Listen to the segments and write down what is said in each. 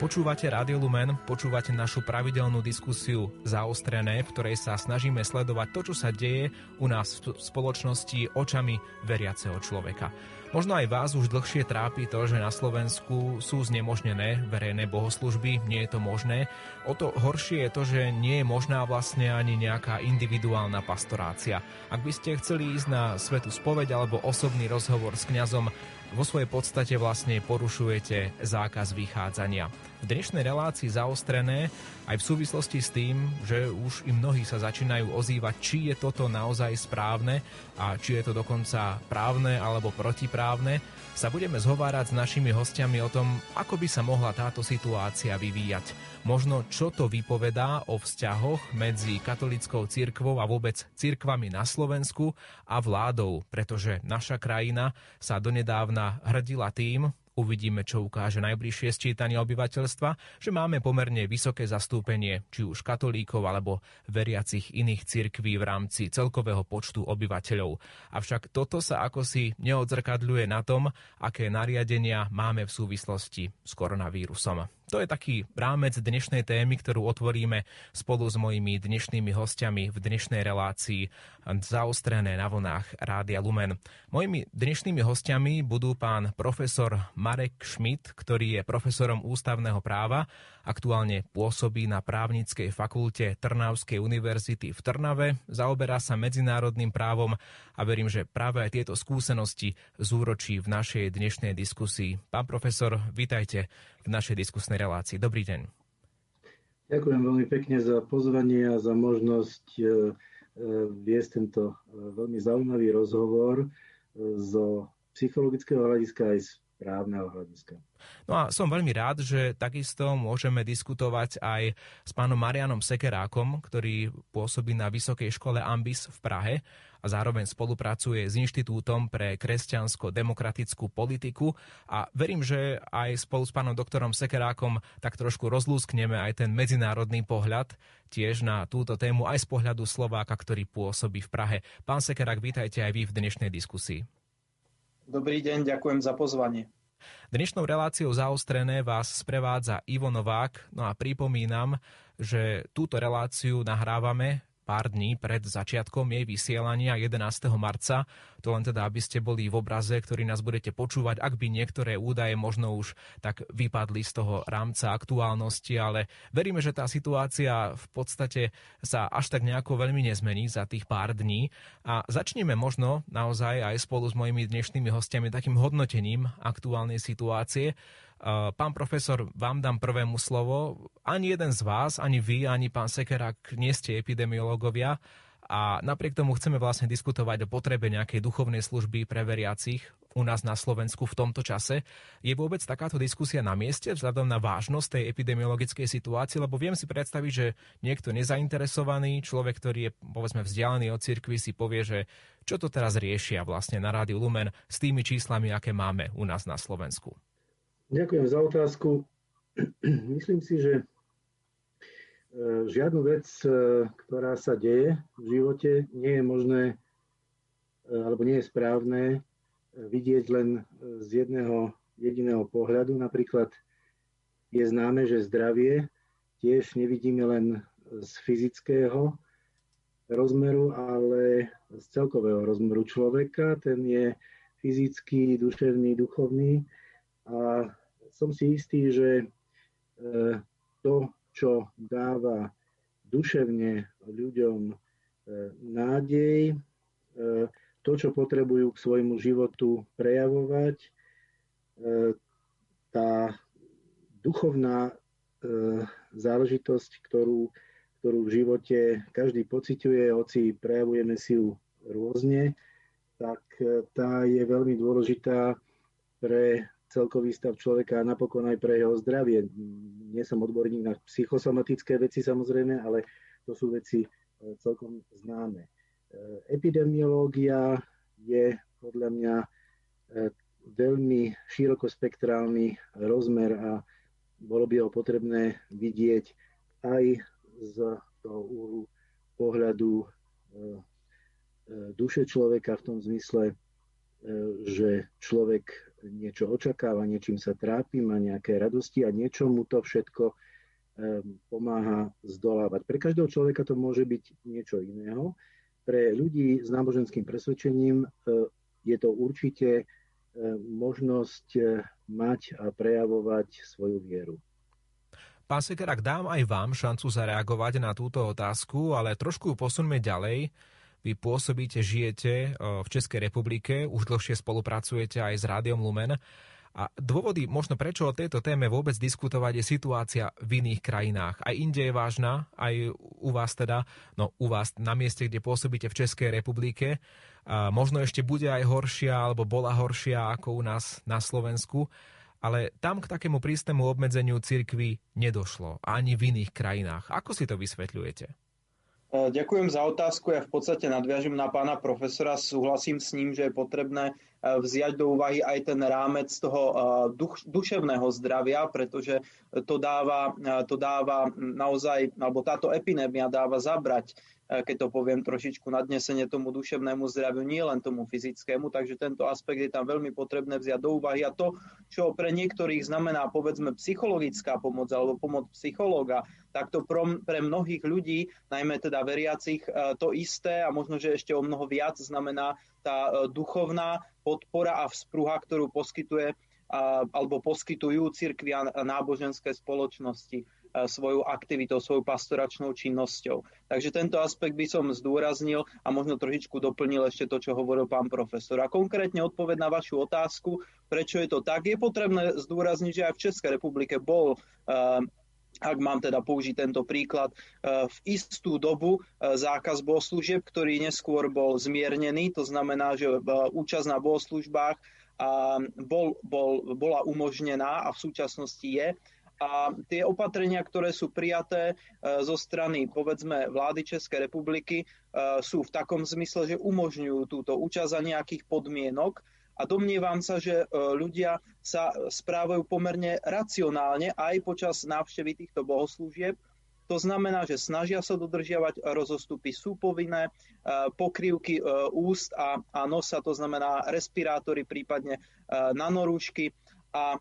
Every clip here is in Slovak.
Počúvate Rádio Lumen, počúvate našu pravidelnú diskusiu Zaostrené, v ktorej sa snažíme sledovať to, čo sa deje u nás v spoločnosti očami veriaceho človeka. Možno aj vás už dlhšie trápi to, že na Slovensku sú znemožnené verejné bohoslužby, nie je to možné. O to horšie je to, že nie je možná vlastne ani nejaká individuálna pastorácia. Ak by ste chceli ísť na svätú spoveď alebo osobný rozhovor s kňazom, vo svojej podstate vlastne porušujete zákaz vychádzania. V dnešnej relácii Zaostrené aj v súvislosti s tým, že už i mnohí sa začínajú ozývať, či je toto naozaj správne a či je to dokonca právne alebo protiprávne, sa budeme zhovárať s našimi hostiami o tom, ako by sa mohla táto situácia vyvíjať. Možno čo to vypovedá o vzťahoch medzi katolíckou cirkvou a vôbec cirkvami na Slovensku a vládou, pretože naša krajina sa donedávna hrdila tým, uvidíme, čo ukáže najbližšie sčítanie obyvateľstva, že máme pomerne vysoké zastúpenie či už katolíkov alebo veriacich iných cirkví v rámci celkového počtu obyvateľov. Avšak toto sa akosi neodzrkadľuje na tom, aké nariadenia máme v súvislosti s koronavírusom. To je taký rámec dnešnej témy, ktorú otvoríme spolu s mojimi dnešnými hostiami v dnešnej relácii Zaostrené na vlnách Rádia Lumen. Mojimi dnešnými hostiami budú pán profesor Marek Schmidt, ktorý je profesorom ústavného práva, aktuálne pôsobí na právnickej fakulte Trnavskej univerzity v Trnave, zaoberá sa medzinárodným právom a verím, že práve aj tieto skúsenosti zúročí v našej dnešnej diskusii. Pán profesor, vítajte v našej diskusnej relácii. Dobrý deň. Ďakujem veľmi pekne za pozvanie a za možnosť viesť tento veľmi zaujímavý rozhovor zo psychologického hľadiska aj z právneho hľadiska. No a som veľmi rád, že takisto môžeme diskutovať aj s pánom Marianom Sekerákom, ktorý pôsobí na Vysokej škole Ambis v Prahe a zároveň spolupracuje s Inštitútom pre kresťansko-demokratickú politiku a verím, že aj spolu s pánom doktorom Sekerákom tak trošku rozlúskneme aj ten medzinárodný pohľad tiež na túto tému aj z pohľadu Slováka, ktorý pôsobí v Prahe. Pán Sekerák, vítajte aj vy v dnešnej diskusii. Dobrý deň, ďakujem za pozvanie. Dnešnou reláciou Zaostrené vás sprevádza Ivo Novák, no a pripomínam, že túto reláciu nahrávame pár dní pred začiatkom jej vysielania 11. marca. To len teda, aby ste boli v obraze, ktorý nás budete počúvať, ak by niektoré údaje možno už tak vypadli z toho rámca aktuálnosti, ale veríme, že tá situácia v podstate sa až tak nejako veľmi nezmení za tých pár dní. A začneme možno naozaj aj spolu s mojimi dnešnými hostiami takým hodnotením aktuálnej situácie. Pán profesor, vám dám prvému slovo. Ani jeden z vás, ani vy, ani pán Sekerák nie ste epidemiológovia a napriek tomu chceme vlastne diskutovať o potrebe nejakej duchovnej služby pre veriacich u nás na Slovensku v tomto čase. Je vôbec takáto diskusia na mieste vzhľadom na vážnosť tej epidemiologickej situácie? Lebo viem si predstaviť, že niekto nezainteresovaný, človek, ktorý je povedzme vzdialený od cirkvi, si povie, že čo to teraz riešia vlastne na Rádiu Lumen s tými číslami, aké máme u nás na Slovensku. Ďakujem za otázku. Myslím si, že žiadnu vec, ktorá sa deje v živote, nie je možné alebo nie je správne vidieť len z jedného jediného pohľadu. Napríklad je známe, že zdravie tiež nevidíme len z fyzického rozmeru, ale z celkového rozmeru človeka. Ten je fyzický, duševný, duchovný. A som si istý, že to, čo dáva duševne ľuďom nádej, to, čo potrebujú k svojmu životu prejavovať, tá duchovná záležitosť, ktorú v živote každý pociťuje, hoci prejavujeme si ju rôzne, tak tá je veľmi dôležitá pre celkový stav človeka a napokon aj pre jeho zdravie. Nie som odborník na psychosomatické veci samozrejme, ale to sú veci celkom známe. Epidemiológia je podľa mňa veľmi širokospektrálny rozmer a bolo by ho potrebné vidieť aj z toho uhlu pohľadu duše človeka v tom zmysle, že človek niečo očakáva, niečím sa trápi, má nejaké radosti a niečo mu to všetko pomáha zdolávať. Pre každého človeka to môže byť niečo iného. Pre ľudí s náboženským presvedčením je to určite možnosť mať a prejavovať svoju vieru. Pán Sekerák, dám aj vám šancu zareagovať na túto otázku, ale trošku posuňme ďalej. Vy pôsobíte, žijete v Českej republike, už dlhšie spolupracujete aj s Rádiom Lumen. A dôvody možno prečo o tejto téme vôbec diskutovať je situácia v iných krajinách. Aj inde je vážna, aj u vás teda, u vás na mieste, kde pôsobíte v Českej republike. A možno ešte bude aj horšia, alebo bola horšia ako u nás na Slovensku. Ale tam k takému prísnemu obmedzeniu cirkvi nedošlo, ani v iných krajinách. Ako si to vysvetľujete? Ďakujem za otázku. Ja v podstate nadviažem na pána profesora. Súhlasím s ním, že je potrebné vziať do úvahy aj ten rámec toho duševného zdravia, pretože to dáva naozaj, alebo táto epidémia dáva zabrať, keď to poviem trošičku nadnesenie, tomu duševnému zdraviu, nie len tomu fyzickému, takže tento aspekt je tam veľmi potrebné vziať do úvahy. A to, čo pre niektorých znamená, povedzme, psychologická pomoc alebo pomoc psychológa, tak to pre mnohých ľudí, najmä teda veriacich, to isté a možno, že ešte o mnoho viac znamená tá duchovná podpora a vzpruha, ktorú poskytuje alebo poskytujú cirkvi a náboženské spoločnosti svojou aktivitou, svojou pastoračnou činnosťou. Takže tento aspekt by som zdôraznil a možno trošičku doplnil ešte to, čo hovoril pán profesor. A konkrétne odpoveď na vašu otázku, prečo je to tak, je potrebné zdôrazniť, že aj v Českej republike bol, ak mám teda použiť tento príklad, v istú dobu zákaz bohoslúžieb, ktorý neskôr bol zmiernený, to znamená, že účasť na bohoslúžbách bola umožnená a v súčasnosti je. A tie opatrenia, ktoré sú prijaté zo strany, povedzme, vlády Českej republiky, sú v takom zmysle, že umožňujú túto účasť za nejakých podmienok. A domnievam sa, že ľudia sa správajú pomerne racionálne aj počas návštevy týchto bohoslúžieb. To znamená, že snažia sa dodržiavať rozostupy, sú povinné pokrývky úst a nosa, to znamená respirátory, prípadne nanorúšky a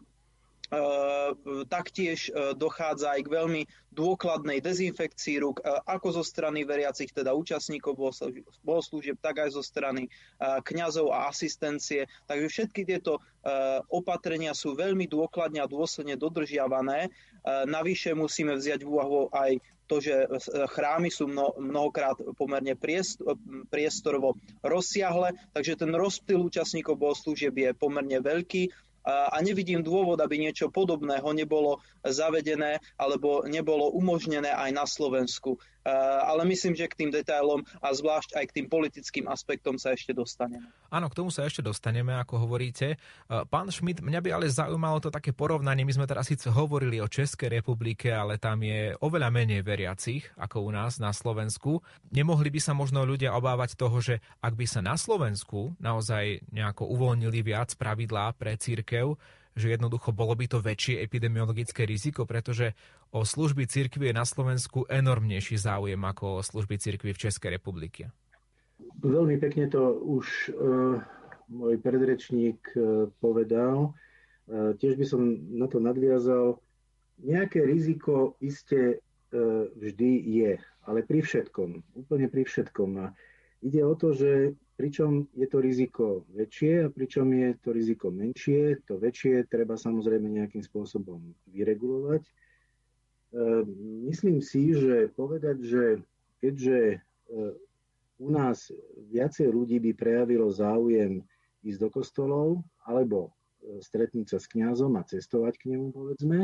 taktiež dochádza aj k veľmi dôkladnej dezinfekcii rúk, ako zo strany veriacich, teda účastníkov bohoslúžieb, tak aj zo strany kňazov a asistencie. Takže všetky tieto opatrenia sú veľmi dôkladne a dôsledne dodržiavané. Navyše musíme vziať v úvahu aj to, že chrámy sú mnohokrát pomerne priestorovo rozsiahle, takže ten rozptyl účastníkov bohoslúžieb je pomerne veľký. A nevidím dôvod, aby niečo podobného nebolo zavedené alebo nebolo umožnené aj na Slovensku. Ale myslím, že k tým detailom a zvlášť aj k tým politickým aspektom sa ešte dostaneme. Áno, k tomu sa ešte dostaneme, ako hovoríte. Pán Schmidt, mňa by ale zaujímalo to také porovnanie. My sme teraz síce hovorili o Českej republike, ale tam je oveľa menej veriacich ako u nás na Slovensku. Nemohli by sa možno ľudia obávať toho, že ak by sa na Slovensku naozaj nejako uvoľnili viac pravidlá pre cirkev, že jednoducho bolo by to väčšie epidemiologické riziko, pretože o služby cirkvi je na Slovensku enormnejší záujem ako o služby cirkvi v Českej republike. Veľmi pekne to už môj predrečník povedal. Tiež by som na to nadviazal. Nejaké riziko iste vždy je, ale pri všetkom, úplne pri všetkom. A ide o to, že pričom je to riziko väčšie a pričom je to riziko menšie. To väčšie treba samozrejme nejakým spôsobom vyregulovať. Myslím si, že povedať, že keďže u nás viacej ľudí by prejavilo záujem ísť do kostolov alebo stretnúť sa s kňazom a cestovať k nemu, povedzme,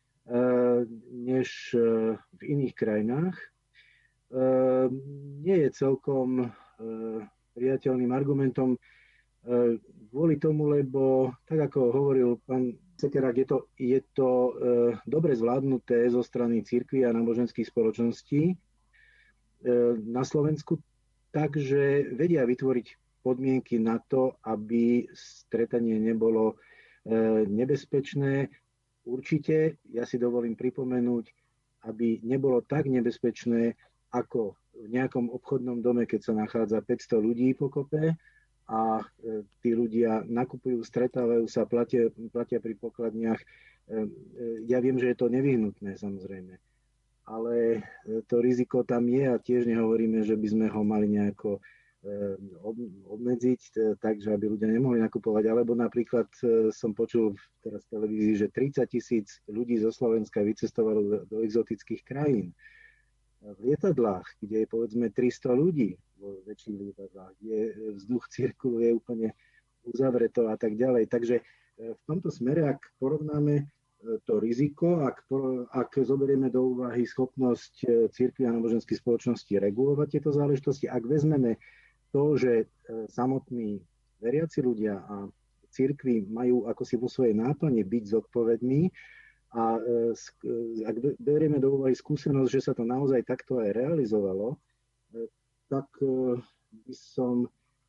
než v iných krajinách, nie je celkom priateľným argumentom kvôli tomu, lebo tak ako hovoril pán Sekerák, je to dobre zvládnuté zo strany cirkvi a náboženských spoločností na Slovensku, takže vedia vytvoriť podmienky na to, aby stretanie nebolo nebezpečné. Určite, ja si dovolím pripomenúť, aby nebolo tak nebezpečné, ako v nejakom obchodnom dome, keď sa nachádza 500 ľudí pokope, a tí ľudia nakupujú, stretávajú sa, platia pri pokladniach. Ja viem, že je to nevyhnutné, samozrejme, ale to riziko tam je a tiež nehovoríme, že by sme ho mali nejako obmedziť, takže aby ľudia nemohli nakupovať. Alebo napríklad som počul teraz v televízii, že 30 000 ľudí zo Slovenska vycestovalo do exotických krajín. V lietadlách, kde je povedzme 300 ľudí, vo väčších lietadlách, kde vzduch cirkuluje úplne uzavreto a tak ďalej. Takže v tomto smere, ak porovnáme to riziko, ak zoberieme do úvahy schopnosť cirkvi a náboženských spoločností regulovať tieto záležitosti, ak vezmeme to, že samotní veriaci ľudia a cirkvi majú ako si vo svojej náplne byť zodpovední a ak berieme do úvahy skúsenosť, že sa to naozaj takto aj realizovalo, tak by som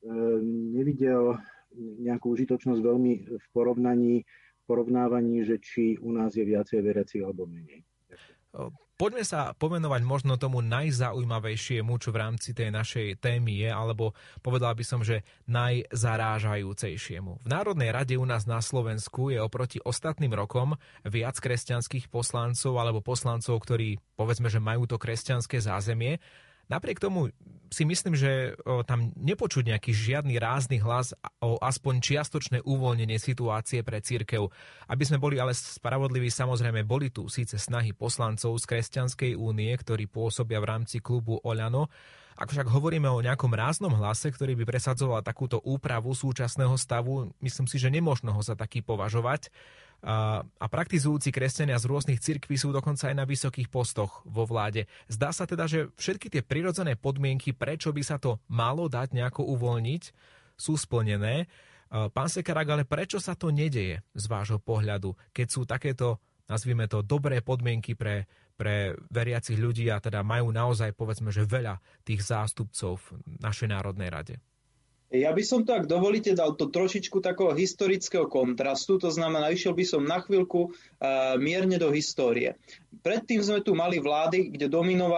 nevidel nejakú užitočnosť veľmi v porovnávaní, že či u nás je viacej veriacich alebo menej. Poďme sa pomenovať možno tomu najzaujímavejšiemu, čo v rámci tej našej témy je, alebo povedal by som, že najzarážajúcejšiemu. V Národnej rade u nás na Slovensku je oproti ostatným rokom viac kresťanských poslancov alebo poslancov, ktorí povedzme, že majú to kresťanské zázemie. Napriek tomu si myslím, že tam nepočuť nejaký žiadny rázny hlas o aspoň čiastočné uvoľnenie situácie pre cirkev. Aby sme boli ale spravodliví, samozrejme boli tu síce snahy poslancov z Kresťanskej únie, ktorí pôsobia v rámci klubu Oľano. Ak však hovoríme o nejakom ráznom hlase, ktorý by presadzoval takúto úpravu súčasného stavu, myslím si, že nemožno ho za taký považovať. A praktizujúci kresťania z rôznych cirkví sú dokonca aj na vysokých postoch vo vláde. Zdá sa teda, že všetky tie prirodzené podmienky, prečo by sa to malo dať nejako uvoľniť, sú splnené. Pán Sekarák, ale prečo sa to nedeje z vášho pohľadu, keď sú takéto, nazvime to, dobré podmienky pre veriacich ľudí a teda majú naozaj, povedzme, že veľa tých zástupcov v našej Národnej rade? Ja by som to, ak dovolíte, dal to trošičku takého historického kontrastu, to znamená, išiel by som na chvíľku mierne do histórie. Predtým sme tu mali vlády, kde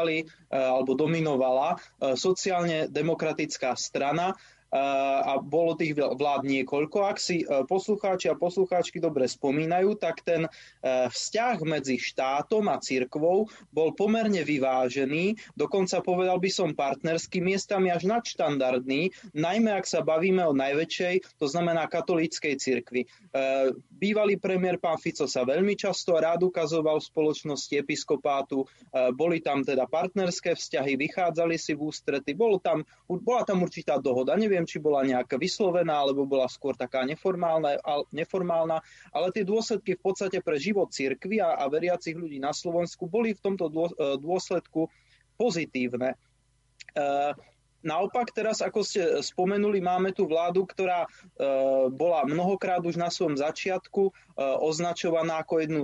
dominovala sociálne demokratická strana, a bolo tých vlád niekoľko. Ak si poslucháči a poslucháčky dobre spomínajú, tak ten vzťah medzi štátom a cirkvou bol pomerne vyvážený, dokonca povedal by som partnerský, miestami až nadštandardný, najmä ak sa bavíme o najväčšej, to znamená katolíckej cirkvi. Bývalý premiér pán Fico sa veľmi často rád ukazoval v spoločnosti episkopátu, boli tam teda partnerské vzťahy, vychádzali si v ústrety, bola tam určitá dohoda, neviem, či bola nejaká vyslovená, alebo bola skôr taká neformálna, ale tie dôsledky v podstate pre život cirkvi a veriacich ľudí na Slovensku boli v tomto dôsledku pozitívne. Naopak teraz, ako ste spomenuli, máme tu vládu, ktorá bola mnohokrát už na svojom začiatku označovaná ako jednu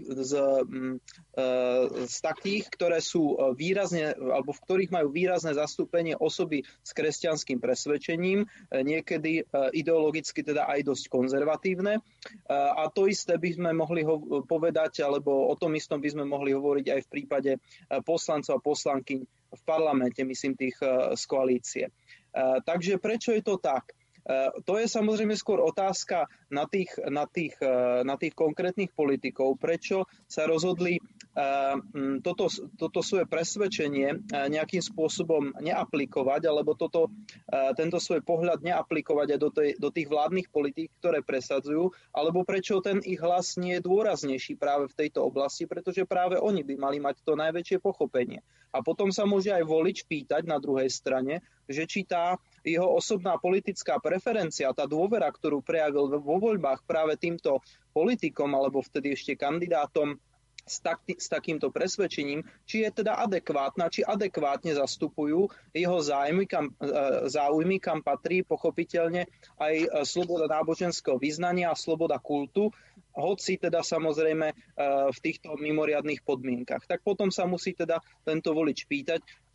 z takých, ktoré sú výrazne, alebo v ktorých majú výrazné zastúpenie osoby s kresťanským presvedčením, niekedy ideologicky teda aj dosť konzervatívne. A to isté by sme mohli povedať, alebo o tom istom by sme mohli hovoriť aj v prípade poslancov a poslankyň v parlamente, myslím tých z koalície. Takže prečo je to tak? To je samozrejme skôr otázka na tých konkrétnych politikov, prečo sa rozhodli toto svoje presvedčenie nejakým spôsobom neaplikovať, alebo tento svoj pohľad neaplikovať aj do tých vládnych politík, ktoré presadzujú, alebo prečo ten ich hlas nie je dôraznejší práve v tejto oblasti, pretože práve oni by mali mať to najväčšie pochopenie. A potom sa môže aj volič pýtať na druhej strane, že či tá jeho osobná politická preferencia, tá dôvera, ktorú prejavil vo voľbách práve týmto politikom alebo vtedy ešte kandidátom s takýmto presvedčením, či je teda adekvátna, či adekvátne zastupujú jeho záujmy, kam patrí pochopiteľne aj sloboda náboženského vyznania a sloboda kultu, hoci teda samozrejme v týchto mimoriadnych podmienkach. Tak potom sa musí teda tento volič pýtať, či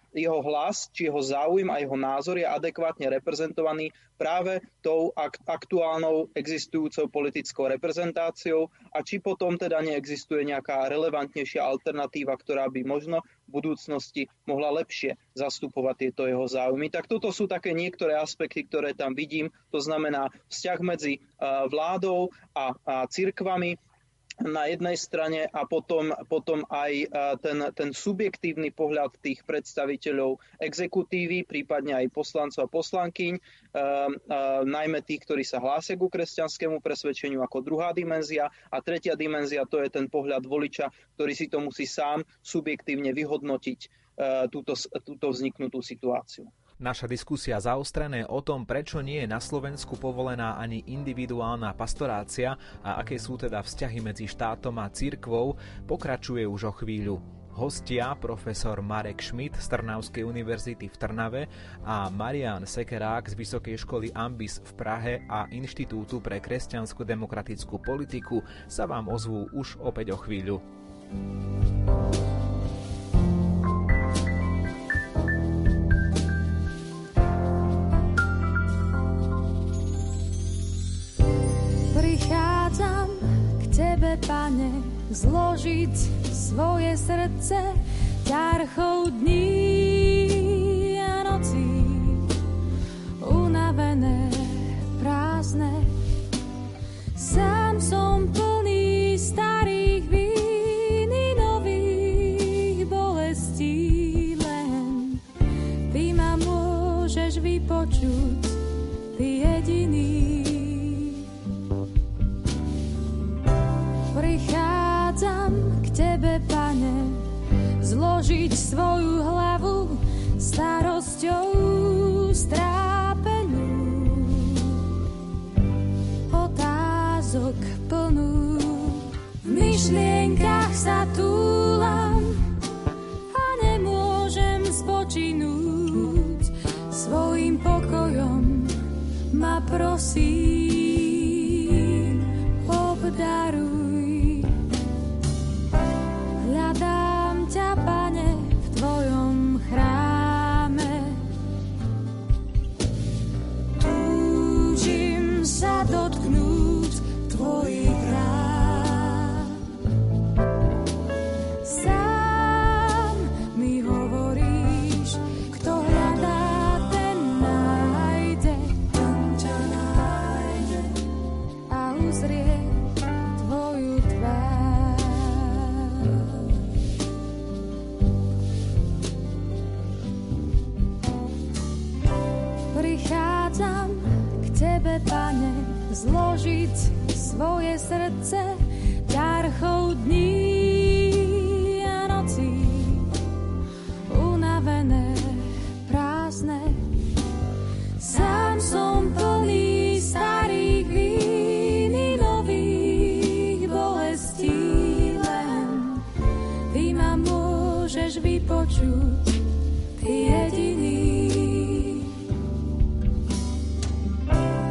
jeho hlas, či jeho záujem a jeho názor je adekvátne reprezentovaný práve tou aktuálnou existujúcou politickou reprezentáciou a či potom teda neexistuje nejaká relevantnejšia alternatíva, ktorá by možno v budúcnosti mohla lepšie zastupovať tieto jeho záujmy. Tak toto sú také niektoré aspekty, ktoré tam vidím. To znamená vzťah medzi vládou a cirkvami na jednej strane a potom aj ten subjektívny pohľad tých predstaviteľov exekutívy, prípadne aj poslancov a poslankyň, najmä tých, ktorí sa hlásia ku kresťanskému presvedčeniu ako druhá dimenzia. A tretia dimenzia to je ten pohľad voliča, ktorý si to musí sám subjektívne vyhodnotiť túto vzniknutú situáciu. Naša diskusia zaostrené o tom, prečo nie je na Slovensku povolená ani individuálna pastorácia a aké sú teda vzťahy medzi štátom a cirkvou, pokračuje už o chvíľu. Hostia profesor Marek Schmidt z Trnavskej univerzity v Trnave a Marián Sekerák z Vysokej školy Ambis v Prahe a Inštitútu pre kresťansko-demokratickú politiku sa vám ozvú už opäť o chvíľu. Prichádzam k Tebe, Pane, zložiť svoje srdce ťarchou dní a nocí, unavené, prázdne. Sám som plný starých vín i nových bolestí, len Ty ma môžeš vypočuť, Ty jediný. Prichádzam k Tebe, Pane, zložiť svoju hlavu starosťou strápenú, otázok plnú. V myšlienkach sa túlam a nemôžem spočinúť, svojím pokojom ma prosím obdaruj. Hľadám ťa, Pane, v Tvojom chráme. Túžim sa dotknúť Tvojich rán. Sám mi hovoríš, kto hľadá, ten nájde. Ten ťa nájde a uzrie Tvoju tvár. Prichádzam k Tebe, Pane, zložiť svoje srdce ťarchou dní a nocí, unavené, prázdne. Sám som plný starých vín i nových bolestí, len Ty ma môžeš vypočuť, Ty jediný.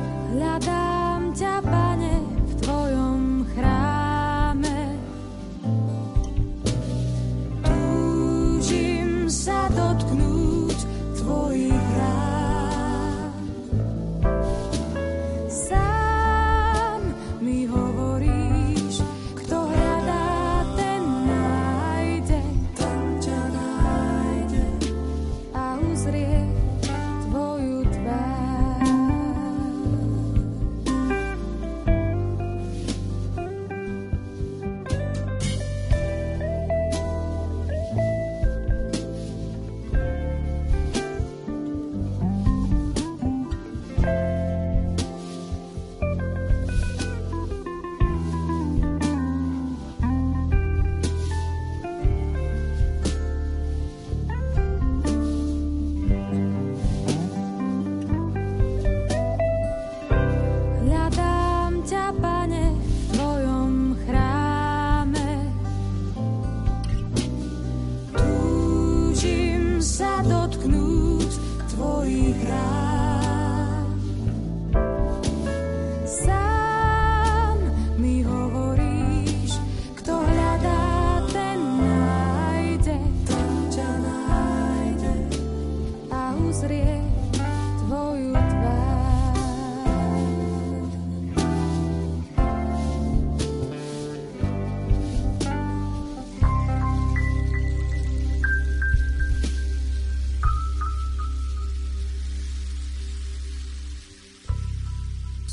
Hľadám ťa, Pane, v Tvojom chráme.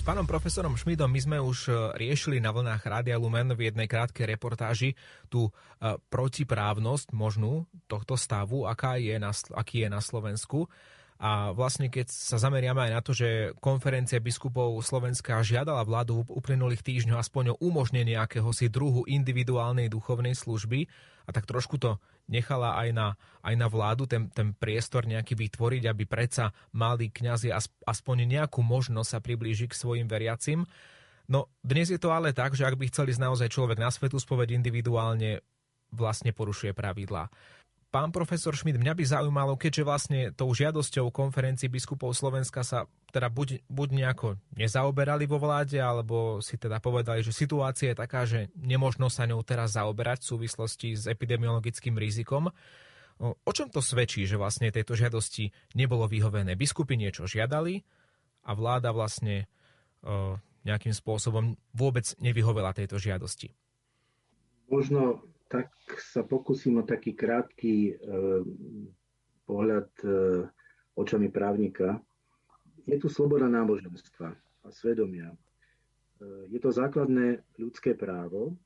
Pánom profesorom Šmidom my sme už riešili na vlnách Rádia Lumen v jednej krátkej reportáži tú protiprávnosť možnú tohto stavu, aký je na Slovensku. A vlastne keď sa zameriame aj na to, že konferencia biskupov Slovenska žiadala vládu v uplynulých týždňoch aspoň o umožnenie akéhosi druhu individuálnej duchovnej služby a tak trošku to nechala aj na vládu ten priestor nejaký vytvoriť, aby predsa mali kňazi aspoň nejakú možnosť sa priblížiť k svojim veriacim. No dnes je to ale tak, že ak by chcel ísť naozaj človek na svätú spoveď individuálne, vlastne porušuje pravidlá. Pán profesor Šmid, mňa by zaujímalo, keďže vlastne tou žiadosťou konferencii biskupov Slovenska sa teda buď nejako nezaoberali vo vláde, alebo si teda povedali, že situácia je taká, že nemožno sa ňou teraz zaoberať v súvislosti s epidemiologickým rizikom. O čom to svedčí, že vlastne tejto žiadosti nebolo vyhovené? Biskupy niečo žiadali a vláda vlastne nejakým spôsobom vôbec nevyhovela tejto žiadosti. Možno tak sa pokúsim o taký krátky pohľad očami právnika. Je tu sloboda náboženstva a svedomia. Je to základné ľudské právo,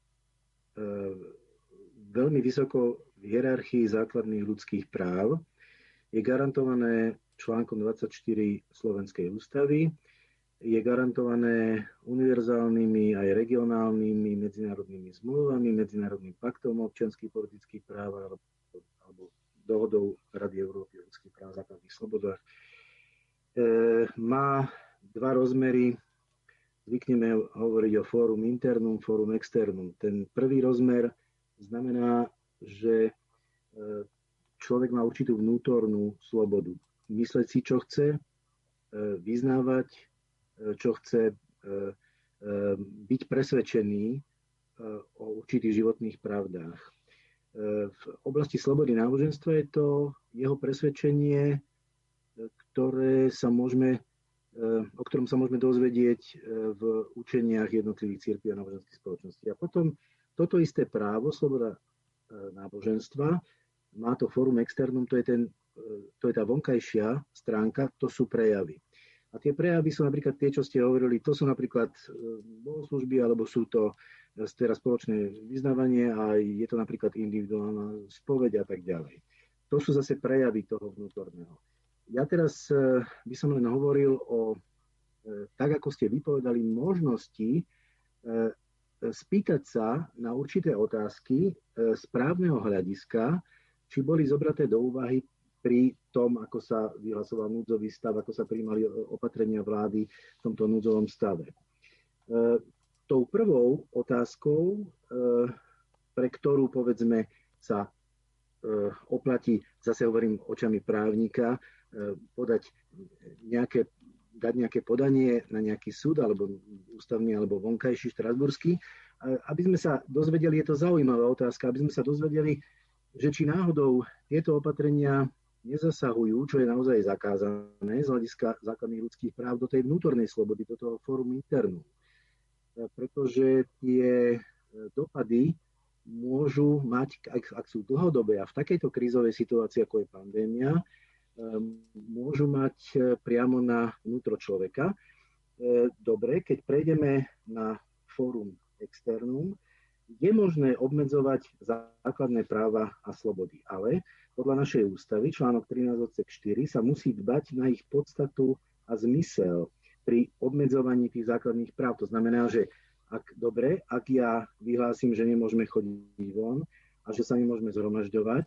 veľmi vysoko v hierarchii základných ľudských práv. Je garantované článkom 24 Slovenskej ústavy. Je garantované univerzálnymi aj regionálnymi medzinárodnými zmluvami, medzinárodným paktom o občianskych politických právach alebo dohodou Rady Európy o ľudských právach a základných slobodách. Má dva rozmery. Zvykneme hovoriť o fórum internum, fórum externum. Ten prvý rozmer znamená, že človek má určitú vnútornú slobodu. Mysleť si, čo chce, vyznávať, čo chce, byť presvedčený o určitých životných pravdách. V oblasti slobody náboženstva je to jeho presvedčenie, o ktorom sa môžeme dozvedieť v učeniach jednotlivých cirkví a náboženských spoločností. A potom toto isté právo, sloboda náboženstva, má to fórum externum, to je tá vonkajšia stránka, to sú prejavy. A tie prejavy sú napríklad tie, čo ste hovorili, to sú napríklad bohoslúžby, alebo sú to teraz spoločné vyznávanie a je to napríklad individuálna spoveď a tak ďalej. To sú zase prejavy toho vnútorného. Ja teraz by som len hovoril o, tak ako ste vypovedali, možnosti spýtať sa na určité otázky z právneho hľadiska, či boli zobraté do úvahy pri tom, ako sa vyhlasoval núdzový stav, ako sa prijímali opatrenia vlády v tomto núdzovom stave. Tou prvou otázkou, pre ktorú povedzme sa oplatí, zase hovorím očami právnika, dať nejaké podanie na nejaký súd, alebo ústavný, alebo vonkajší, štrasburský, aby sme sa dozvedeli, je to zaujímavá otázka, aby sme sa dozvedeli, že či náhodou tieto opatrenia nezasahujú, čo je naozaj zakázané z hľadiska základných ľudských práv, do tej vnútornej slobody, do toho fórum internum. Pretože tie dopady môžu mať, ak sú dlhodobé a v takejto krízovej situácii, ako je pandémia, môžu mať priamo na vnútro človeka. Dobre, keď prejdeme na fórum externum, je možné obmedzovať základné práva a slobody, ale podľa našej ústavy, článok 13 odsek 4, sa musí dbať na ich podstatu a zmysel pri obmedzovaní tých základných práv. To znamená, že ak ja vyhlásim, že nemôžeme chodiť von a že sa nemôžeme zhromažďovať,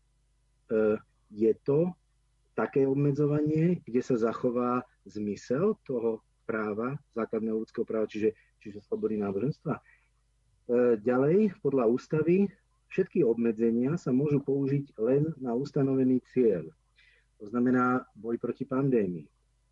je to také obmedzovanie, kde sa zachová zmysel toho práva, základného ľudského práva, čiže slobody náboženstva. Ďalej, podľa ústavy, všetky obmedzenia sa môžu použiť len na ustanovený cieľ. To znamená boj proti pandémii.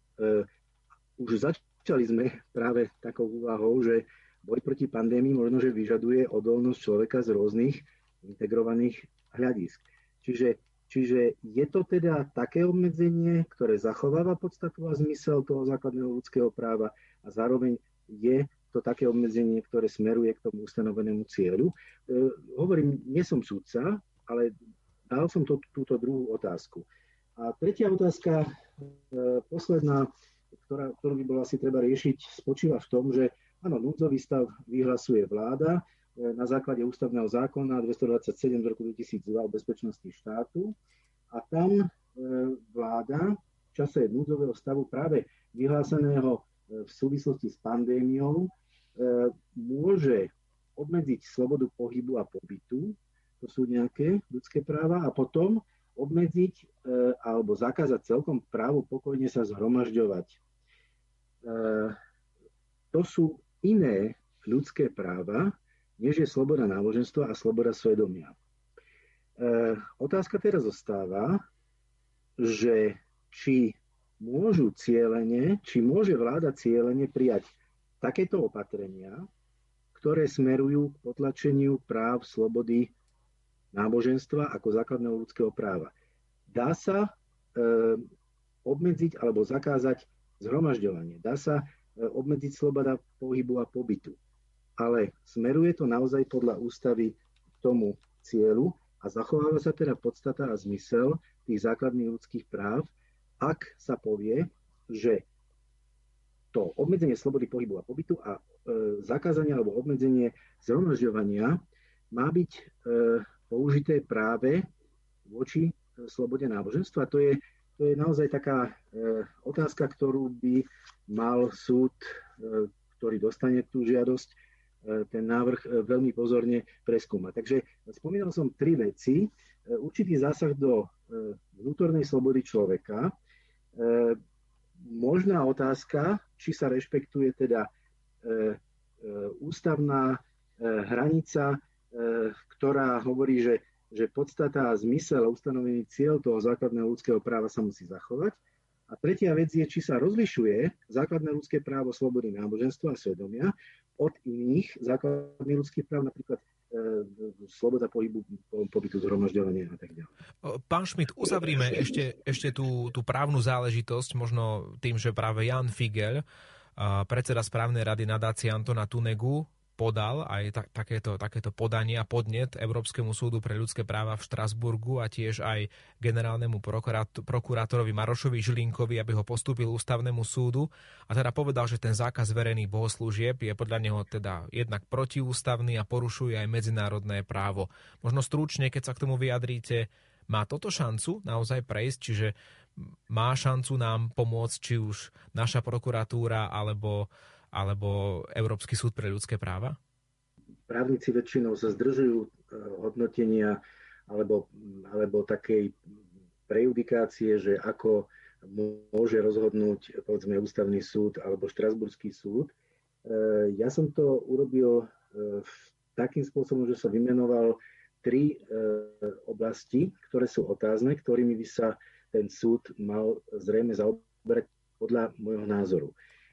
Už začali sme práve takou úvahou, že boj proti pandémii možno, že vyžaduje odolnosť človeka z rôznych integrovaných hľadisk. Čiže je to teda také obmedzenie, ktoré zachováva podstatu a zmysel toho základného ľudského práva a zároveň je to také obmedzenie, ktoré smeruje k tomu ustanovenému cieľu. Hovorím, nie som sudca, ale dal som túto druhú otázku. A tretia otázka, posledná, ktorú by bolo asi treba riešiť, spočíva v tom, že áno, núdzový stav vyhlasuje vláda na základe ústavného zákona 227 z roku 2002 o bezpečnosti štátu a tam vláda v čase núdzového stavu práve vyhláseného v súvislosti s pandémiou môže obmedziť slobodu pohybu a pobytu, to sú nejaké ľudské práva, a potom obmedziť alebo zakázať celkom právo pokojne sa zhromažďovať. To sú iné ľudské práva, než je sloboda náboženstva a sloboda svedomia. Otázka teraz zostáva, že či môže vláda cielene prijať takéto opatrenia, ktoré smerujú k potlačeniu práv slobody náboženstva ako základného ľudského práva. Dá sa obmedziť alebo zakázať zhromažďovanie. Dá sa obmedziť sloboda pohybu a pobytu. Ale smeruje to naozaj podľa ústavy k tomu cieľu a zachováva sa teda podstata a zmysel tých základných ľudských práv, ak sa povie, že to obmedzenie slobody pohybu a pobytu a zakázanie alebo obmedzenie zhromažďovania má byť použité práve voči slobode náboženstva. To je naozaj taká otázka, ktorú by mal súd, ktorý dostane tú žiadosť, ten návrh veľmi pozorne preskúmať. Takže spomínal som 3 veci. Určitý zásah do vnútornej slobody človeka, možná otázka, či sa rešpektuje teda ústavná hranica, ktorá hovorí, že podstata a zmysel a ustanovený cieľ toho základného ľudského práva sa musí zachovať. A tretia vec je, či sa rozlišuje základné ľudské právo slobody náboženstva a svedomia od iných základných ľudských práv, napríklad sloboda pohybu, pobytu, zhromažďovania a tak ďalej. Pán Schmidt, uzavrime ešte tú právnu záležitosť, možno tým, že práve Jan Figel, predseda správnej rady nadácie Antona Tunegu, podal aj takéto podanie a podnet Európskemu súdu pre ľudské práva v Štrasburgu a tiež aj generálnemu prokurátorovi Marošovi Žilinkovi, aby ho postúpil ústavnému súdu. A teda povedal, že ten zákaz verejných bohoslúžieb je podľa neho teda jednak protiústavný a porušuje aj medzinárodné právo. Možno stručne, keď sa k tomu vyjadríte, má toto šancu naozaj prejsť? Čiže má šancu nám pomôcť či už naša prokuratúra alebo Európsky súd pre ľudské práva? Právnici väčšinou sa zdržujú hodnotenia alebo takej prejudikácie, že ako môže rozhodnúť povedzme ústavný súd alebo štrasburský súd. Ja som to urobil takým spôsobom, že som vymenoval 3 oblasti, ktoré sú otázne, ktorými by sa ten súd mal zrejme zaoberať podľa môjho názoru.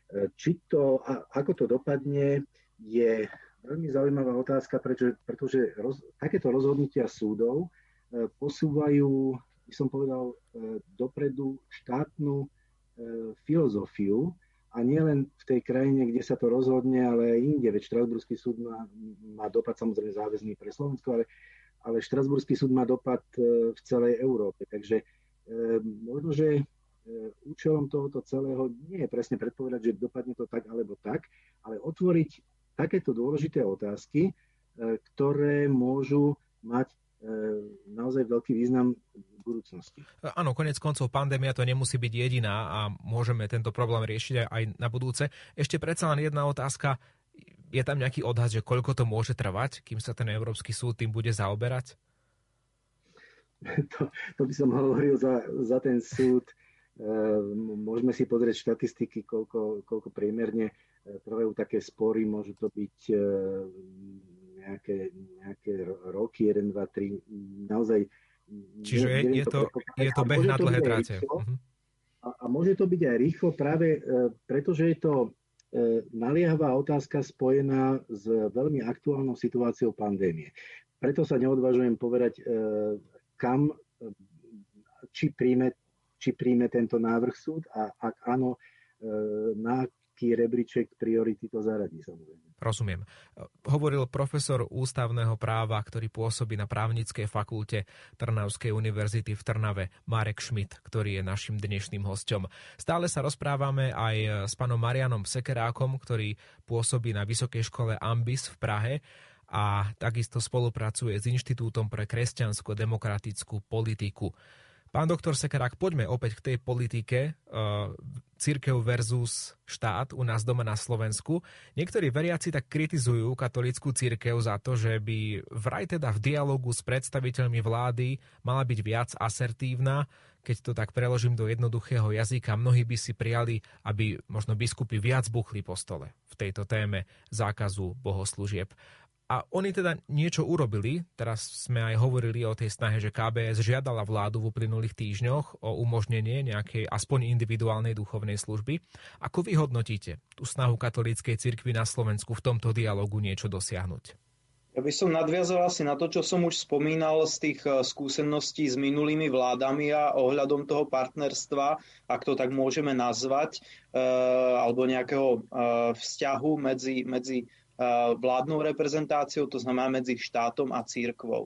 Ako to dopadne, je veľmi zaujímavá otázka, pretože takéto rozhodnutia súdov posúvajú, by som povedal, dopredu štátnu filozofiu a nielen v tej krajine, kde sa to rozhodne, ale aj inde. Veď štrasburský súd má dopad samozrejme záväzný pre Slovensko, ale štrasburský súd má dopad v celej Európe. Takže možno, že účelom tohoto celého nie je presne predpovedať, že dopadne to tak alebo tak, ale otvoriť takéto dôležité otázky, ktoré môžu mať naozaj veľký význam v budúcnosti. Áno, konec koncov pandémia to nemusí byť jediná a môžeme tento problém riešiť aj na budúce. Ešte predsa len jedna otázka. Je tam nejaký odhad, že koľko to môže trvať, kým sa ten Európsky súd tým bude zaoberať? To by som hovoril za ten súd. Môžeme si pozrieť štatistiky, koľko priemerne trvajú také spory. Môžu to byť nejaké roky, 1, 2, 3. Naozaj. Čiže je to beh na dlhé tráte. A môže to byť aj rýchlo práve preto, že je to naliehavá otázka spojená s veľmi aktuálnou situáciou pandémie. Preto sa neodvážujem povedať, kam, či príjme tento návrh súd a ak áno, na aký rebríček priority to zaradí, samozrejme. Rozumiem. Hovoril profesor ústavného práva, ktorý pôsobí na právnickej fakulte Trnavskej univerzity v Trnave, Marek Schmidt, ktorý je našim dnešným hosťom. Stále sa rozprávame aj s pánom Marianom Sekerákom, ktorý pôsobí na Vysokej škole Ambis v Prahe a takisto spolupracuje s Inštitútom pre kresťansko-demokratickú politiku. Pán doktor Sekerák, poďme opäť k tej politike cirkev versus štát u nás doma na Slovensku. Niektorí veriaci tak kritizujú katolícku cirkev za to, že by vraj teda v dialogu s predstaviteľmi vlády mala byť viac asertívna. Keď to tak preložím do jednoduchého jazyka, mnohí by si prijali, aby možno biskupy viac buchli po stole v tejto téme zákazu bohoslúžieb. A oni teda niečo urobili, teraz sme aj hovorili o tej snahe, že KBS žiadala vládu v uplynulých týždňoch o umožnenie nejakej aspoň individuálnej duchovnej služby. Ako vy hodnotíte tú snahu katolíckej cirkvi na Slovensku v tomto dialogu niečo dosiahnuť? Ja by som nadviazal asi na to, čo som už spomínal z tých skúseností s minulými vládami a ohľadom toho partnerstva, ak to tak môžeme nazvať, alebo nejakého vzťahu medzi vládnou reprezentáciou, to znamená medzi štátom a cirkvou.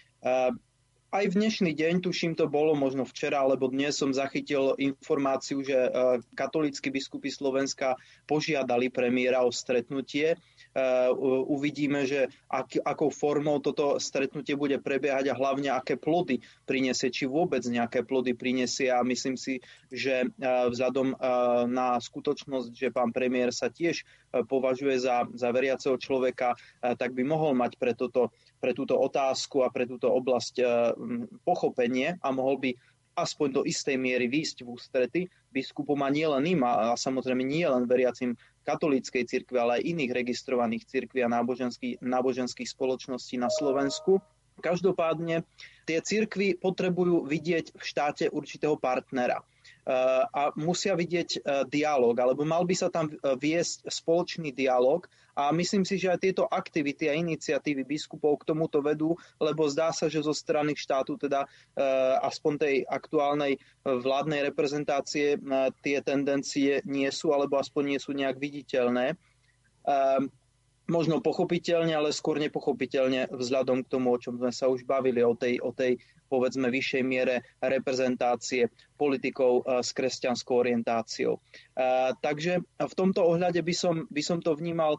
Aj v dnešný deň, tuším to bolo možno včera alebo dnes, som zachytil informáciu, že katolícki biskupy Slovenska požiadali premiéra o stretnutie. Uvidíme, že akou formou toto stretnutie bude prebiehať a hlavne aké plody prinesie, či vôbec nejaké plody prinesie. A myslím si, že vzhľadom na skutočnosť, že pán premiér sa tiež považuje za veriaceho človeka, tak by mohol mať pre túto otázku a pre túto oblasť pochopenie a mohol by aspoň do istej miery výjsť v ústrety biskupom a nielen im a samozrejme nie len veriacim katolíckej cirkvi, ale aj iných registrovaných cirkví a náboženských spoločností na Slovensku. Každopádne tie cirkvi potrebujú vidieť v štáte určitého partnera a musia vidieť dialog, alebo mal by sa tam viesť spoločný dialog a myslím si, že aj tieto aktivity a iniciatívy biskupov k tomuto vedú, lebo zdá sa, že zo strany štátu, teda aspoň tej aktuálnej vládnej reprezentácie, tie tendencie nie sú, alebo aspoň nie sú nejak viditeľné. Možno pochopiteľne, ale skôr nepochopiteľne vzhľadom k tomu, o čom sme sa už bavili, o tej povedzme vyššej miere reprezentácie politikov s kresťanskou orientáciou. Takže v tomto ohľade by som to vnímal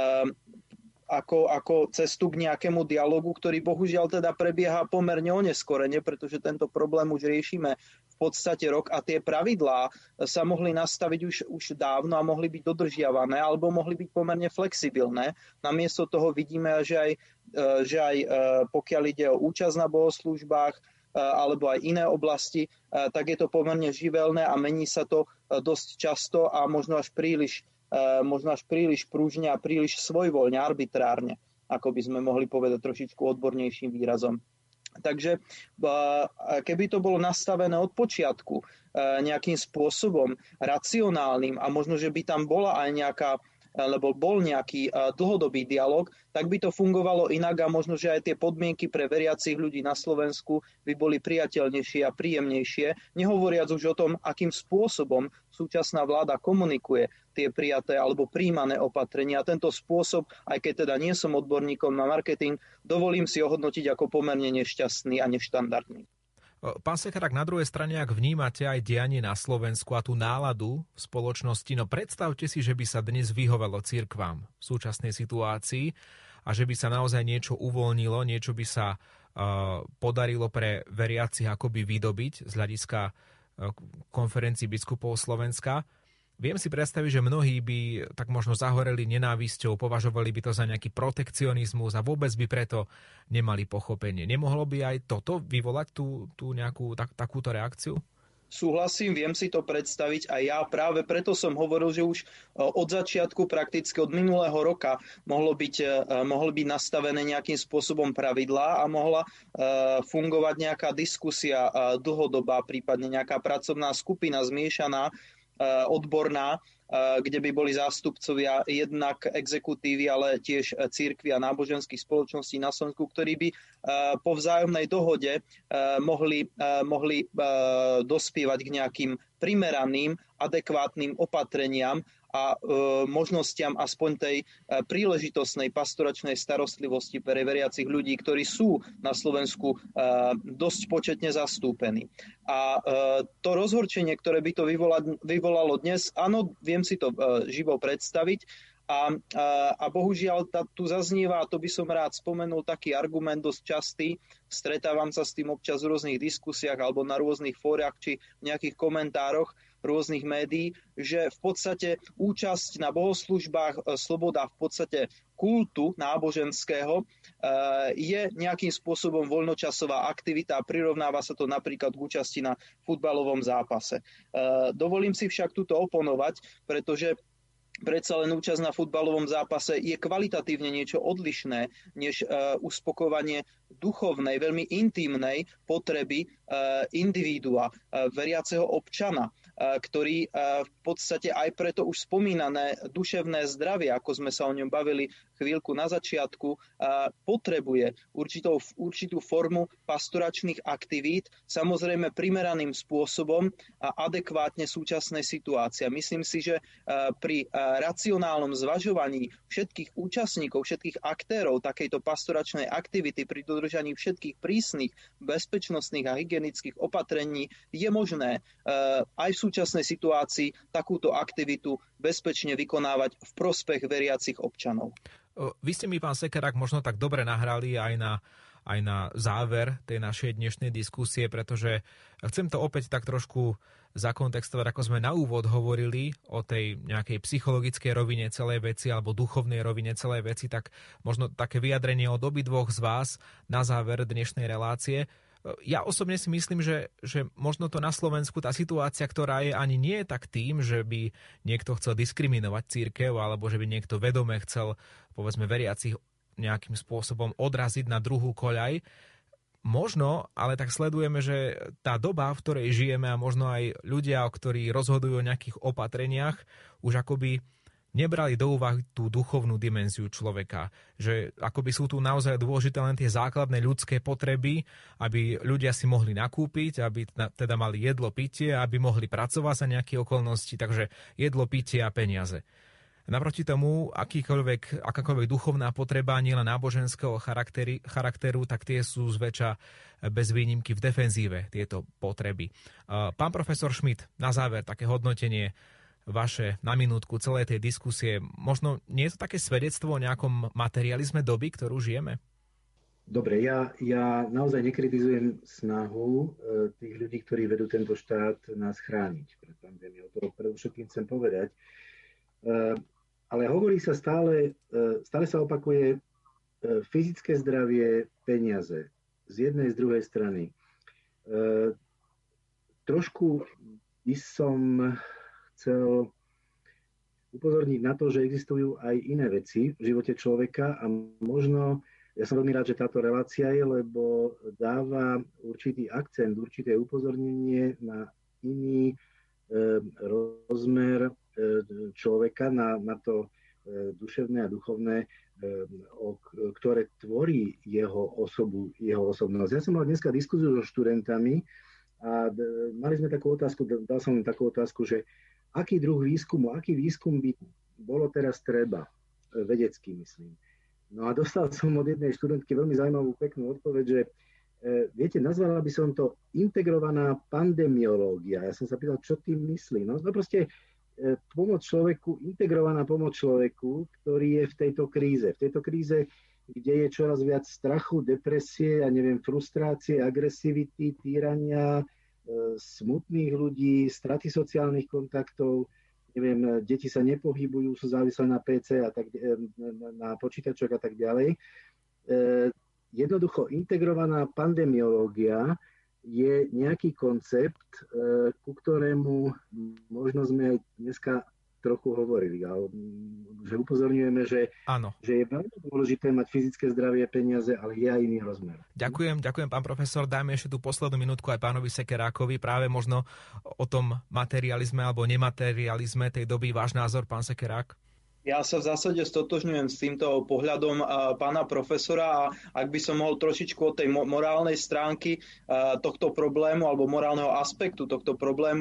ako cestu k nejakému dialogu, ktorý bohužiaľ teda prebieha pomerne oneskorene, pretože tento problém už riešime v podstate rok a tie pravidlá sa mohli nastaviť už dávno a mohli byť dodržiavané alebo mohli byť pomerne flexibilné. Namiesto toho vidíme, že aj pokiaľ ide o účasť na bohoslúžbách alebo aj iné oblasti, tak je to pomerne živelné a mení sa to dosť často a možno až príliš pružne a príliš svojvoľne, arbitrárne, ako by sme mohli povedať trošičku odbornejším výrazom. Takže keby to bolo nastavené od počiatku nejakým spôsobom racionálnym a možno, že by tam bola aj bol nejaký dlhodobý dialog, tak by to fungovalo inak a možno, že aj tie podmienky pre veriacich ľudí na Slovensku by boli priateľnejšie a príjemnejšie, nehovoriac už o tom, akým spôsobom súčasná vláda komunikuje tie prijaté alebo príjmané opatrenia. Tento spôsob, aj keď teda nie som odborníkom na marketing, dovolím si ohodnotiť ako pomerne nešťastný a neštandardný. Pán Sekerák, na druhej strane, ak vnímate aj dianie na Slovensku a tú náladu v spoločnosti, no predstavte si, že by sa dnes vyhovelo cirkvám v súčasnej situácii a že by sa naozaj niečo uvoľnilo, niečo by sa podarilo pre veriacich akoby vydobiť z hľadiska konferencií biskupov Slovenska. Viem si predstaviť, že mnohí by tak možno zahoreli nenávisťou, považovali by to za nejaký protekcionizmus a vôbec by preto nemali pochopenie. Nemohlo by aj toto vyvolať tú nejakú takúto reakciu? Súhlasím, viem si to predstaviť a ja práve preto som hovoril, že už od začiatku, prakticky od minulého roka, mohli byť nastavené nejakým spôsobom pravidlá a mohla fungovať nejaká diskusia dlhodobá, prípadne nejaká pracovná skupina zmiešaná, odborná, kde by boli zástupcovia jednak exekutívy, ale tiež cirkvi a náboženských spoločností na Slovensku, ktorí by po vzájomnej dohode mohli dospievať k nejakým primeraným, adekvátnym opatreniam a možnostiam aspoň tej príležitostnej pastoračnej starostlivosti pre veriacich ľudí, ktorí sú na Slovensku dosť početne zastúpení. A to rozhorčenie, ktoré by to vyvolalo dnes, áno, viem si to živo predstaviť, a bohužiaľ tu zaznieva, a to by som rád spomenul, taký argument dosť častý, stretávam sa s tým občas v rôznych diskusiách alebo na rôznych fórach či v nejakých komentároch rôznych médií, že v podstate účasť na bohoslúžbách, sloboda v podstate kultu náboženského je nejakým spôsobom voľnočasová aktivita a prirovnáva sa to napríklad k účasti na futbalovom zápase. Dovolím si však túto oponovať, pretože predsa len účasť na futbalovom zápase je kvalitatívne niečo odlišné než uspokojovanie duchovnej, veľmi intimnej potreby individua, veriaceho občana, ktorý v podstate aj preto už spomínané duševné zdravie, ako sme sa o ňom bavili chvíľku na začiatku, potrebuje určitú formu pastoračných aktivít, samozrejme primeraným spôsobom a adekvátne súčasnej situácii. Myslím si, že pri racionálnom zvažovaní všetkých účastníkov, všetkých aktérov takejto pastoračnej aktivity pri dodržaní všetkých prísnych bezpečnostných a hygienických opatrení je možné aj v súčasnej situácii takúto aktivitu bezpečne vykonávať v prospech veriacich občanov. Vy ste mi, pán Sekerák, možno tak dobre nahrali aj na záver tej našej dnešnej diskusie, pretože chcem to opäť tak trošku zakontextovať, ako sme na úvod hovorili o tej nejakej psychologickej rovine celej veci alebo duchovnej rovine celej veci, tak možno také vyjadrenie od obidvoch z vás na záver dnešnej relácie. Ja osobne si myslím, že možno to na Slovensku, tá situácia, ktorá je, ani nie je tak tým, že by niekto chcel diskriminovať cirkev alebo že by niekto vedome chcel, povedzme, veriacich nejakým spôsobom odraziť na druhú koľaj. Možno, ale tak sledujeme, že tá doba, v ktorej žijeme a možno aj ľudia, ktorí rozhodujú o nejakých opatreniach, už akoby nebrali do úvahy tú duchovnú dimenziu človeka. Že akoby sú tu naozaj dôležité len tie základné ľudské potreby, aby ľudia si mohli nakúpiť, aby teda mali jedlo, pitie, aby mohli pracovať za nejaké okolnosti, takže jedlo, pitie a peniaze. Naproti tomu, akákoľvek duchovná potreba, nielen náboženského charakteru, tak tie sú zväčša bez výnimky v defenzíve, tieto potreby. Pán profesor Schmidt, na záver také hodnotenie vaše na minútku celej tej diskusie. Možno nie je to také svedectvo o nejakom materializme doby, ktorú žijeme? Dobre, ja naozaj nekritizujem snahu tých ľudí, ktorí vedú tento štát, nás chrániť pred pandémiou. To predovšetkým chcem povedať. Ale hovorí sa stále sa opakuje fyzické zdravie, peniaze z jednej, z druhej strany. Trošku by som chcel upozorniť na to, že existujú aj iné veci v živote človeka a možno, ja som veľmi rád, že táto relácia je, lebo dáva určitý akcent, určité upozornenie na iný rozmer človeka, na to duševné a duchovné, ktoré tvorí jeho osobu, jeho osobnosť. Ja som mal dneska diskusiu so študentami a mali sme takú otázku, dal som im takú otázku, že aký druh výskumu, aký výskum by bolo teraz treba, vedecký myslím. No a dostal som od jednej študentky veľmi zaujímavú, peknú odpoveď, že viete, nazvala by som to integrovaná pandemiológia. Ja som sa pýtal, čo tým myslí. No proste pomoc človeku, integrovaná pomoc človeku, ktorý je v tejto kríze. V tejto kríze, kde je čoraz viac strachu, depresie, frustrácie, agresivity, týrania, smutných ľudí, straty sociálnych kontaktov, deti sa nepohybujú, sú závislé na PC a tak, na počítačoch a tak ďalej. Jednoducho integrovaná pandemiológia je nejaký koncept, ku ktorému možno sme aj dneska trochu hovorili, ale že upozorňujeme, že je veľmi dôležité mať fyzické zdravie, peniaze, ale je aj iný rozmer. Ďakujem, pán profesor. Dajme ešte tú poslednú minútku aj pánovi Sekerákovi, práve možno o tom materializme alebo nematerializme tej doby. Váš názor, pán Sekerák? Ja sa v zásade stotožňujem s týmto pohľadom pána profesora a ak by som mohol trošičku od tej morálnej stránky tohto problému alebo morálneho aspektu tohto problému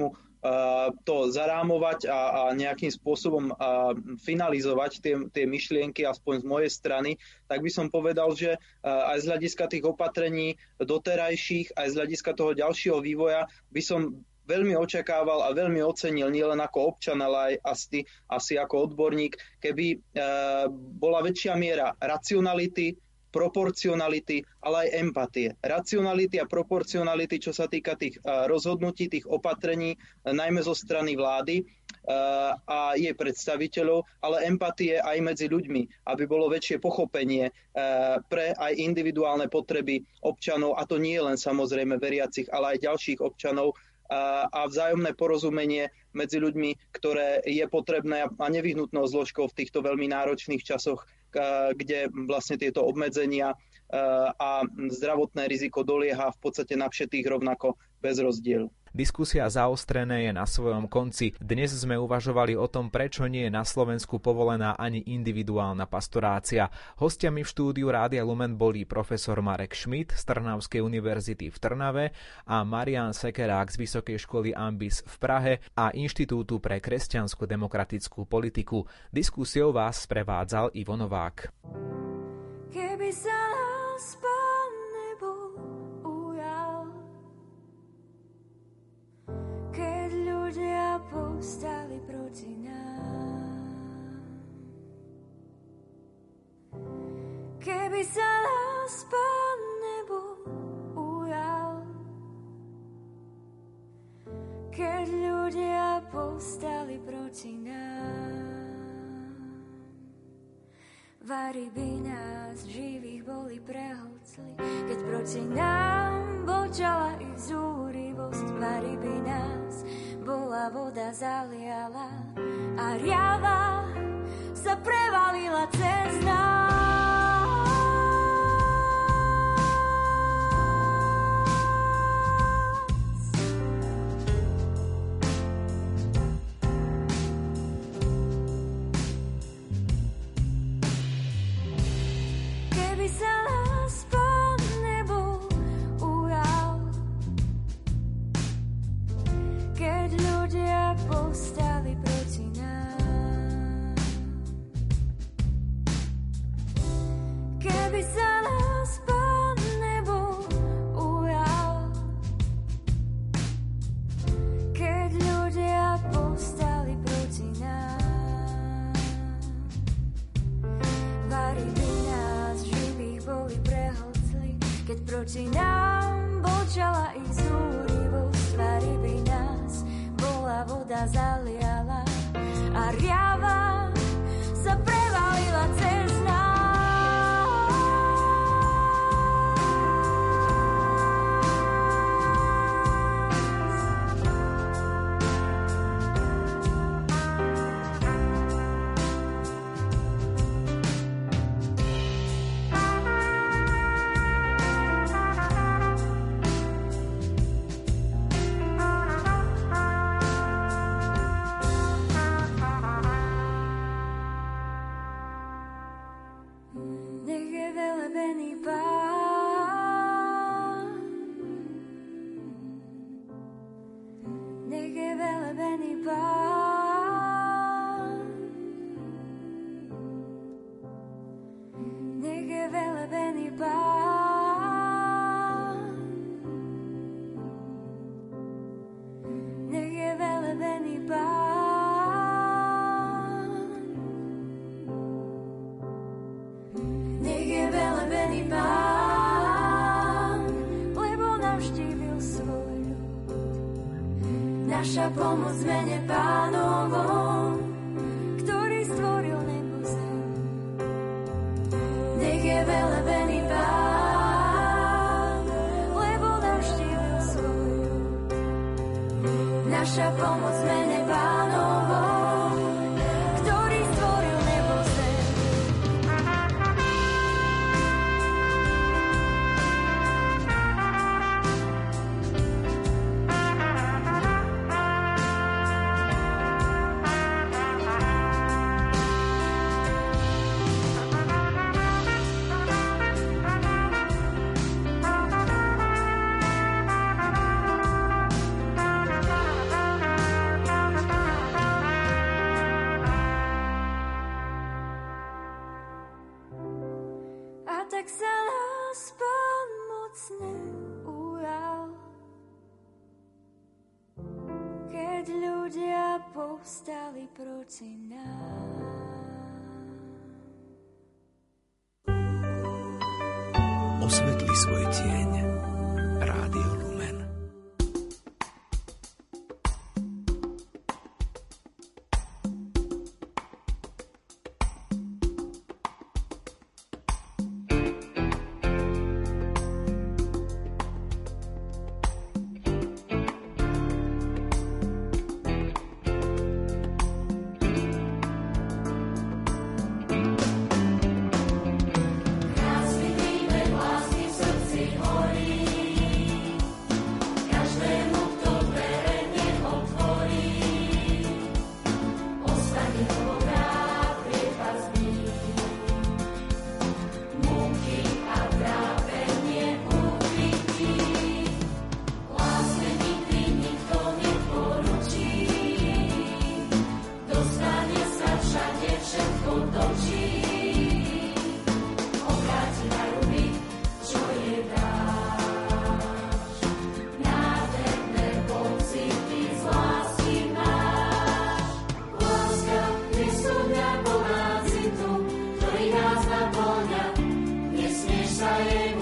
to zarámovať a nejakým spôsobom finalizovať tie myšlienky, aspoň z mojej strany, tak by som povedal, že aj z hľadiska tých opatrení doterajších, aj z hľadiska toho ďalšieho vývoja by som veľmi očakával a veľmi ocenil nielen ako občan, ale aj asi ako odborník, keby bola väčšia miera racionality, proporcionality, ale aj empatie. Racionality a proporcionality, čo sa týka tých rozhodnutí, tých opatrení, najmä zo strany vlády a jej predstaviteľov, ale empatie aj medzi ľuďmi, aby bolo väčšie pochopenie pre aj individuálne potreby občanov, a to nie len samozrejme veriacich, ale aj ďalších občanov, a vzájomné porozumenie medzi ľuďmi, ktoré je potrebné a nevyhnutnou zložkou v týchto veľmi náročných časoch, kde vlastne tieto obmedzenia a zdravotné riziko dolieha v podstate na všetkých rovnako bez rozdielu. Diskusia Zaostrené je na svojom konci. Dnes sme uvažovali o tom, prečo nie je na Slovensku povolená ani individuálna pastorácia. Hostiami v štúdiu Rádia Lumen boli profesor Marek Schmidt z Trnavskej univerzity v Trnave a Marián Sekerák z Vysokej školy Ambis v Prahe a Inštitútu pre kresťanskú demokratickú politiku. Diskusiou vás sprevádzal Ivo Novák. Keby sa nás Pán nebol ujal, keď ľudia povstali proti nám, keby sa nás Pán nebol ujal, keď ľudia povstali proti nám. Vari by nás živých boli prehlcli, keď proti nám bočala ich zúrivosť. Vari by nás bola voda zaliala a riava sa prevalila cez nás. Proti nám bočala ich zúrivosť, vari by nás bola voda zaliala a riava sa prevalila cez nás. Naša pomoc v mene Pánovom, ktorý stvoril nebo zem. Nech je velebený Pán, lebo navštívil svoj ľud. Naša pomoc v mene Pánovom, ktorý stvoril nebo zem. tak sa nás Pán mocne ujal. Keď ľudia povstali proti nám. Osvetli svoj tieň. Rádio Lumen. Nesmieš sa jej